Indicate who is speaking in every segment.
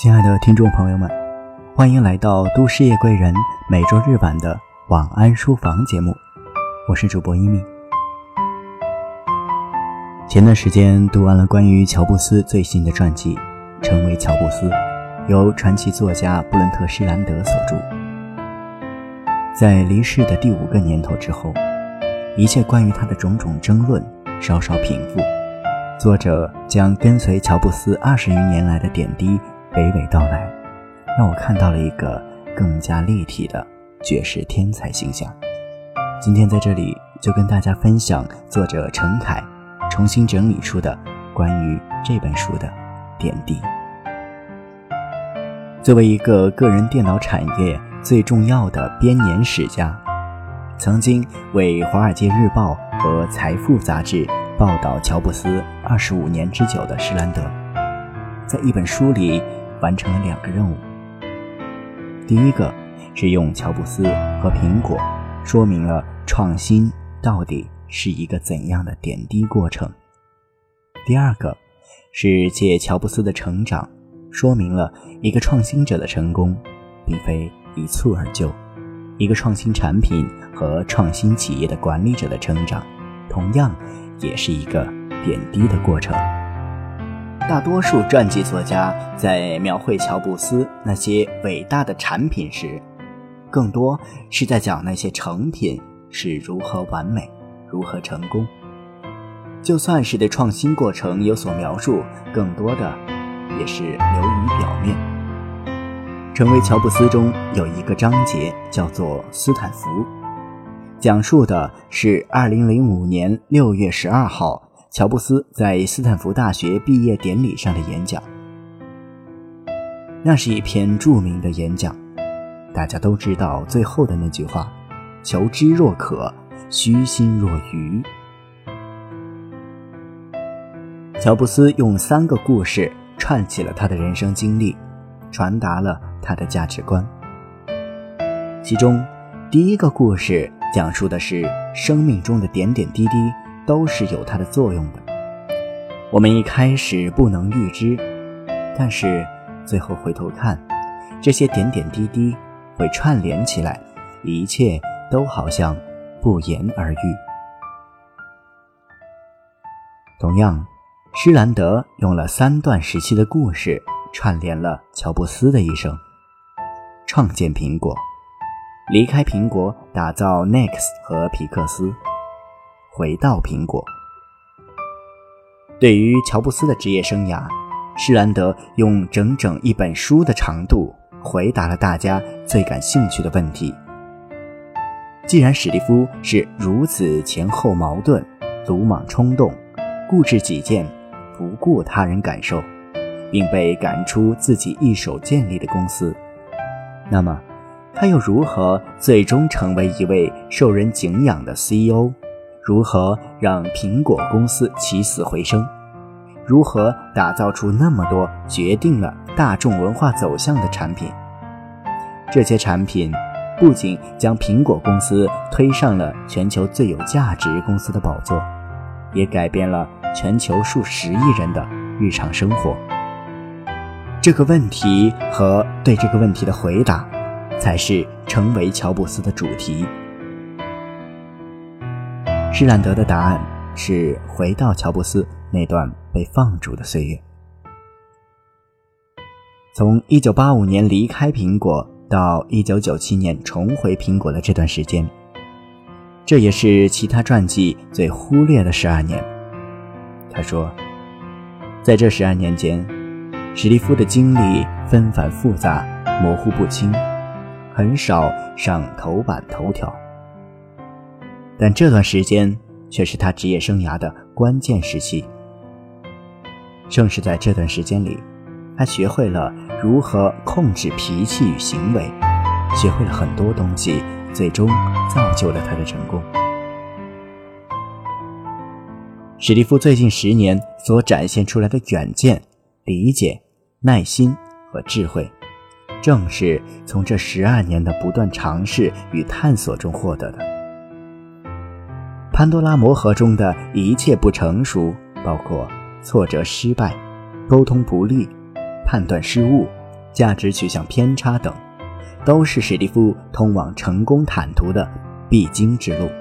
Speaker 1: 亲爱的听众朋友们，欢迎来到都市夜归人每周日晚的晚安书房节目，我是主播一鸣。前段时间读完了关于乔布斯最新的传记《成为乔布斯》，由传奇作家布伦特·施兰德所著。在离世的第5个年头之后，一切关于他的种种争论稍稍平复，作者将跟随乔布斯20余年来的点滴娓娓道来，让我看到了一个更加立体的绝世天才形象。今天在这里就跟大家分享作者陈凯重新整理出的关于这本书的点滴。作为一个个人电脑产业最重要的编年史家，曾经为《华尔街日报》和《财富》杂志报道乔布斯25年之久的施兰德，在一本书里完成了2个任务。第一个是用乔布斯和苹果说明了创新到底是一个怎样的点滴过程。第二个是借乔布斯的成长说明了一个创新者的成功并非一蹴而就，一个创新产品和创新企业的管理者的成长同样也是一个点滴的过程。大多数传记作家在描绘乔布斯那些伟大的产品时，更多是在讲那些成品是如何完美，如何成功。就算是对创新过程有所描述，更多的也是流于表面。成为乔布斯中有一个章节叫做斯坦福，讲述的是2005年6月12号乔布斯在斯坦福大学毕业典礼上的演讲。那是一篇著名的演讲，大家都知道最后的那句话：求知若渴，虚心若愚。乔布斯用3个故事串起了他的人生经历，传达了他的价值观。其中第一个故事讲述的是生命中的点点滴滴都是有它的作用的，我们一开始不能预知，但是最后回头看，这些点点滴滴会串联起来，一切都好像不言而喻。同样，施兰德用了3段时期的故事串联了乔布斯的一生：创建苹果，离开苹果打造 Next 和皮克斯，回到苹果。对于乔布斯的职业生涯，施兰德用整整1本书的长度回答了大家最感兴趣的问题。既然史蒂夫是如此前后矛盾、鲁莽冲动、固执己见、不顾他人感受，并被赶出自己一手建立的公司，那么他又如何最终成为一位受人敬仰的 CEO？ 如何让苹果公司起死回生？如何打造出那么多决定了大众文化走向的产品？这些产品不仅将苹果公司推上了全球最有价值公司的宝座，也改变了全球数10亿人的日常生活。这个问题和对这个问题的回答，才是成为乔布斯的主题。施兰德的答案是回到乔布斯那段被放逐的岁月。从1985年离开苹果到1997年重回苹果的这段时间，这也是其他传记最忽略的12年。他说，在这12年间，史蒂夫的经历纷繁复杂，模糊不清，很少上头版头条，但这段时间却是他职业生涯的关键时期。正是在这段时间里，他学会了如何控制脾气与行为，学会了很多东西，最终造就了他的成功。史蒂夫最近10年所展现出来的远见、理解、耐心和智慧，正是从这12年的不断尝试与探索中获得的。潘多拉魔盒中的一切不成熟，包括挫折失败、沟通不利、判断失误、 价值取向偏差等，都是史蒂夫通往成功坦途的必经之路。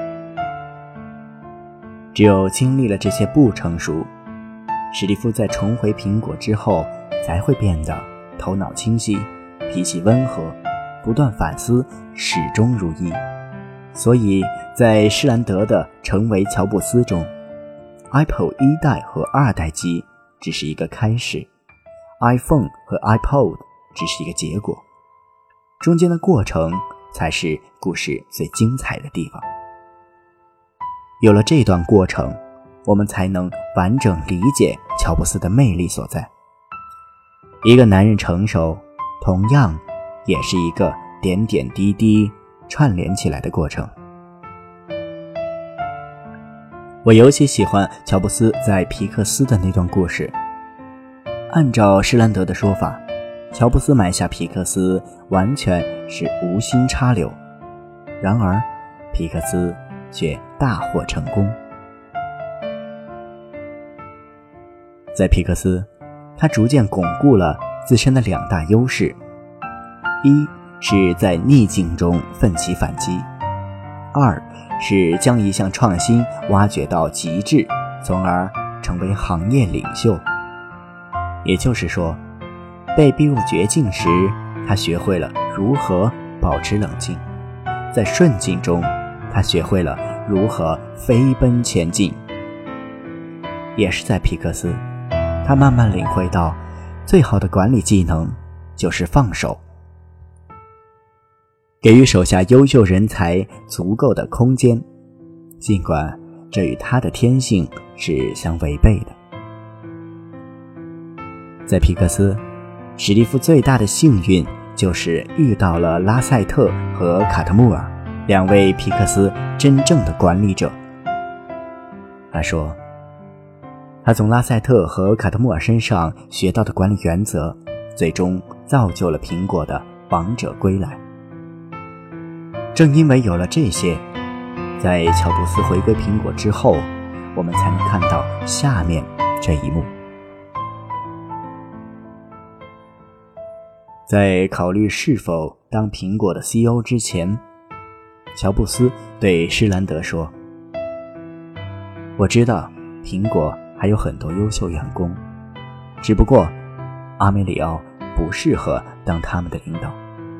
Speaker 1: 只有经历了这些不成熟，史蒂夫在重回苹果之后才会变得头脑清晰，脾气温和，不断反思，始终如一。所以在施兰德的成为乔布斯中， Apple 1代和2代机只是一个开始， iPhone 和 iPod 只是一个结果，中间的过程才是故事最精彩的地方。有了这段过程，我们才能完整理解乔布斯的魅力所在。一个男人成熟，同样也是一个点点滴滴串联起来的过程。我尤其喜欢乔布斯在皮克斯的那段故事。按照施兰德的说法，乔布斯买下皮克斯完全是无心插柳，然而皮克斯却大获成功。在皮克斯，他逐渐巩固了自身的2大优势，一是在逆境中奋起反击，二是将一项创新挖掘到极致，从而成为行业领袖。也就是说，被逼入绝境时，他学会了如何保持冷静，在顺境中他学会了如何飞奔前进。也是在皮克斯，他慢慢领会到最好的管理技能就是放手，给予手下优秀人才足够的空间，尽管这与他的天性是相违背的。在皮克斯，史蒂夫最大的幸运就是遇到了拉塞特和卡特穆尔2位皮克斯真正的管理者。他说，他从拉塞特和卡特穆尔身上学到的管理原则，最终造就了苹果的王者归来。正因为有了这些，在乔布斯回归苹果之后，我们才能看到下面这一幕。在考虑是否当苹果的 CEO 之前，乔布斯对施兰德说，我知道苹果还有很多优秀员工，只不过阿梅里奥不适合当他们的领导。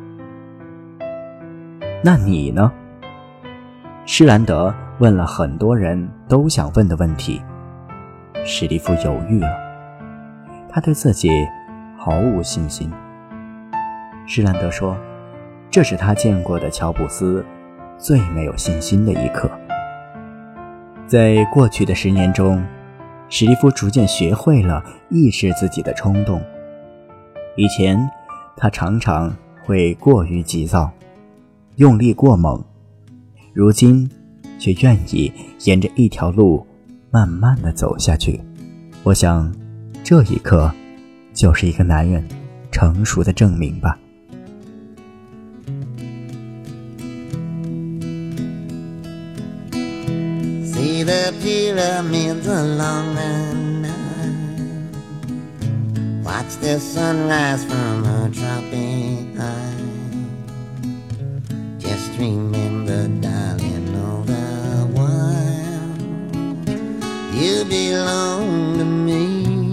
Speaker 1: 那你呢？施兰德问了很多人都想问的问题。史蒂夫犹豫了，他对自己毫无信心。施兰德说，这是他见过的乔布斯最没有信心的一刻。在过去的10年中，史蒂夫逐渐学会了抑制自己的冲动。以前他常常会过于急躁，用力过猛，如今却愿意沿着一条路慢慢地走下去。我想这一刻就是一个男人成熟的证明吧。
Speaker 2: See the pyramids along the Nile, watch the sunrise from a tropic high. Just remember, darling, all the while you belong to me.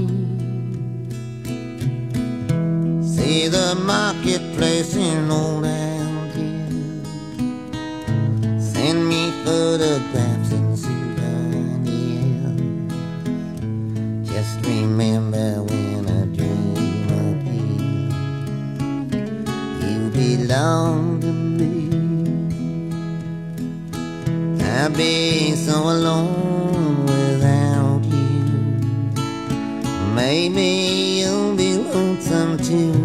Speaker 2: See the marketplace in old Algiers, send me photographs and souvenirs. Just remember, when a dream appears, you belong to me. I'd be so alone without you. Maybe you'll be lonesome too.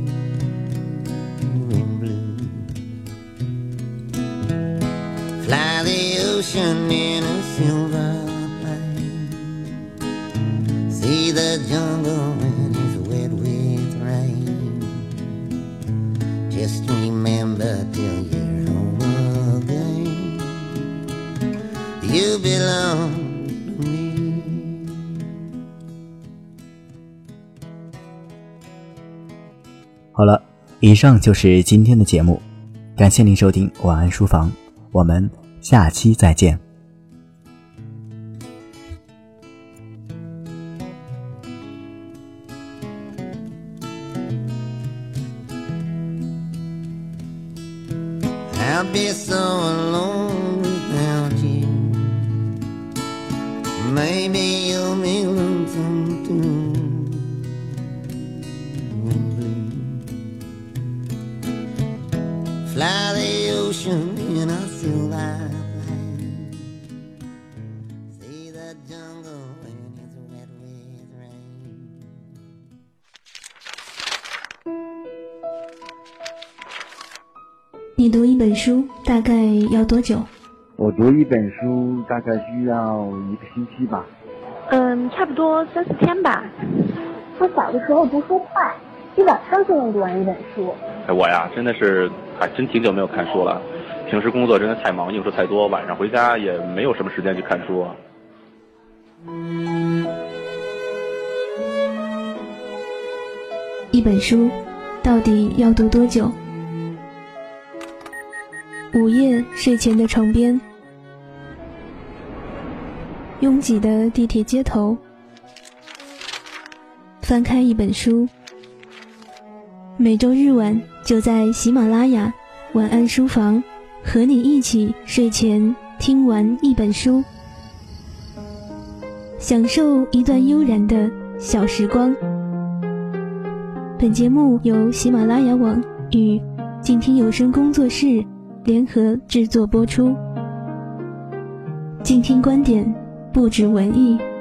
Speaker 2: Fly the ocean in a silver plane, see the jungle when it's wet with rain. Just remember, till you're home again, you belong to me.
Speaker 1: 好了，以上就是今天的节目，感谢您收听晚安书房，我们下期再见。
Speaker 2: I'll be so alone without you. Maybe you'll be lonesome too. Fly the ocean in a silver plane. See the jungle when it's wet with rain.
Speaker 3: 你读一本书大概要多久？
Speaker 4: 我读一本书大概需要1个星期吧。
Speaker 5: 差不多3、4天吧。
Speaker 6: 我小的时候读书快，一晚上就能读完一本书。
Speaker 7: 我呀，真的是还真挺久没有看书了。平时工作真的太忙，应酬太多，晚上回家也没有什么时间去看书。
Speaker 3: 一本书到底要读多久？午夜睡前的床边，拥挤的地铁街头，翻开一本书。每周日晚就在喜马拉雅晚安书房，和你一起睡前听完一本书，享受一段悠然的小时光。本节目由喜马拉雅网与静听有声工作室联合制作播出。静听观点，不止文艺。